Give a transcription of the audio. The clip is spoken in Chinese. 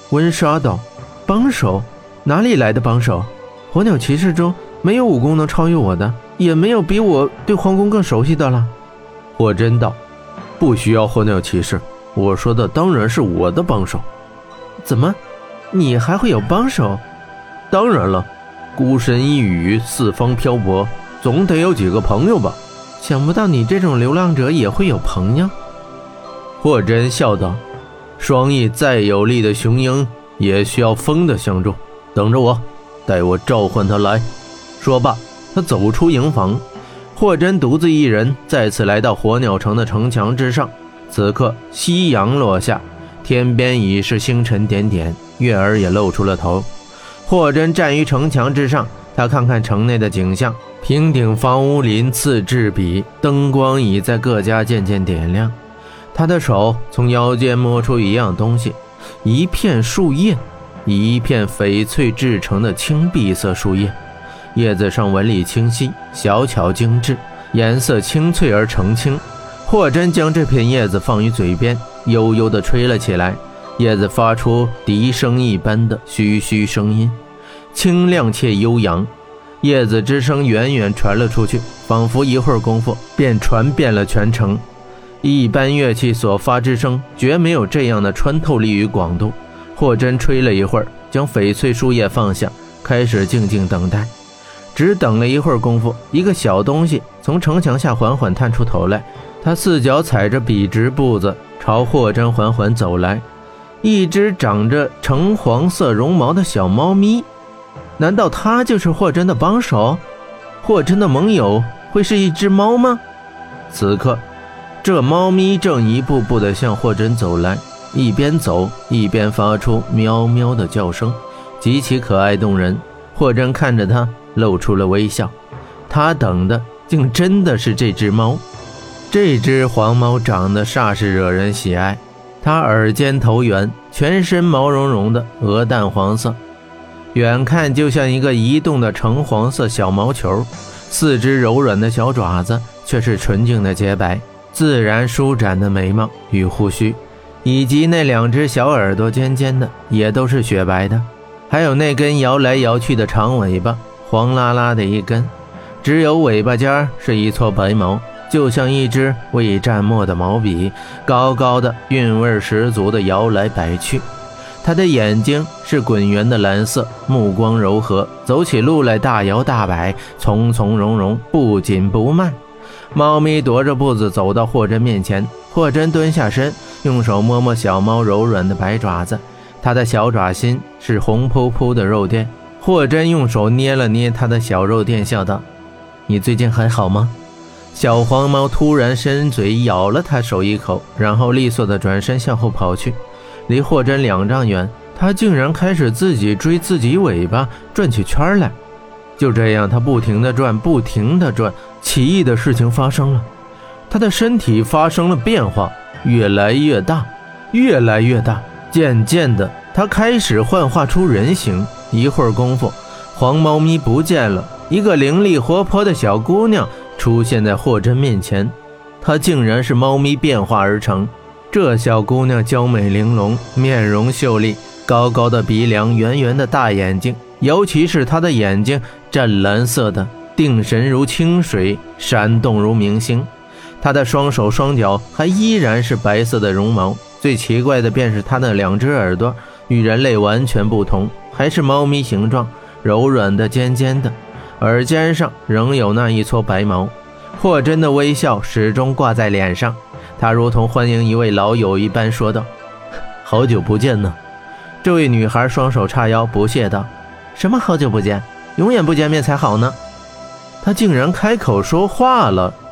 温莎道：帮手？哪里来的帮手？火鸟骑士中没有武功能超越我的，也没有比我对皇宫更熟悉的了。 霍真道：不需要火鸟骑士，我说的当然是我的帮手。 怎么，你还会有帮手？ 当然了，孤身一隅四方漂泊，总得有几个朋友吧。 想不到你这种流浪者也会有朋友。 霍真笑道：双翼再有力的雄鹰也需要风的相助，等着我，待我召唤他来。说罢，他走出营房。霍真独自一人再次来到火鸟城的城墙之上。此刻夕阳落下，天边已是星辰点点，月儿也露出了头。霍真站于城墙之上，他看看城内的景象，平顶房屋鳞次栉比，灯光已在各家渐渐点亮。他的手从腰间摸出一样东西，一片树叶，一片翡翠制成的青碧色树叶，叶子上纹理清晰，小巧精致，颜色清脆而澄清。霍真将这片叶子放于嘴边，悠悠地吹了起来，叶子发出笛声一般的嘘嘘声音，清亮且悠扬。叶子之声远远传了出去，仿佛一会儿功夫便传遍了全城。一般乐器所发之声绝没有这样的穿透力与广度。霍真吹了一会儿，将翡翠树叶放下，开始静静等待。只等了一会儿功夫，一个小东西从城墙下缓缓探出头来，他四脚踩着笔直步子朝霍真缓缓走来。一只长着橙黄色绒毛的小猫咪，难道它就是霍真的帮手？霍真的盟友会是一只猫吗？此刻这猫咪正一步步地向霍真走来，一边走一边发出喵喵的叫声，极其可爱动人。霍真看着它，露出了微笑。他等的竟真的是这只猫。这只黄猫长得煞是惹人喜爱，它耳尖头圆，全身毛茸茸的，鹅淡黄色，远看就像一个移动的橙黄色小毛球。四只柔软的小爪子却是纯净的洁白，自然舒展的眉毛与胡须，以及那两只小耳朵尖尖的也都是雪白的，还有那根摇来摇去的长尾巴，黄拉拉的一根，只有尾巴尖是一撮白毛，就像一支未蘸墨的毛笔，高高的，韵味十足的摇来摆去。它的眼睛是滚圆的蓝色，目光柔和，走起路来大摇大摆，从从容容，不紧不慢。猫咪踱着步子走到霍真面前，霍真蹲下身，用手摸摸小猫柔软的白爪子，它的小爪心是红扑扑的肉垫。霍真用手捏了捏它的小肉垫，笑道：你最近还好吗？小黄猫突然伸嘴咬了他手一口，然后利索地转身向后跑去。离霍真2丈远，他竟然开始自己追自己尾巴，转起圈来。就这样，他不停地转，不停地转，奇异的事情发生了。他的身体发生了变化，越来越大，越来越大，渐渐的，他开始幻化出人形。一会儿功夫，黄猫咪不见了，一个伶俐活泼的小姑娘出现在霍真面前。她竟然是猫咪变化而成。这小姑娘娇美玲珑，面容秀丽，高高的鼻梁，圆圆的大眼睛，尤其是她的眼睛湛蓝色的，定神如清水，闪动如明星。她的双手双脚还依然是白色的绒毛，最奇怪的便是她的2只耳朵与人类完全不同，还是猫咪形状，柔软的，尖尖的，耳尖上仍有那一撮白毛。霍真的微笑始终挂在脸上，他如同欢迎一位老友一般说道：好久不见呢。这位女孩双手叉腰，不屑道：什么好久不见，永远不见面才好呢。她竟然开口说话了。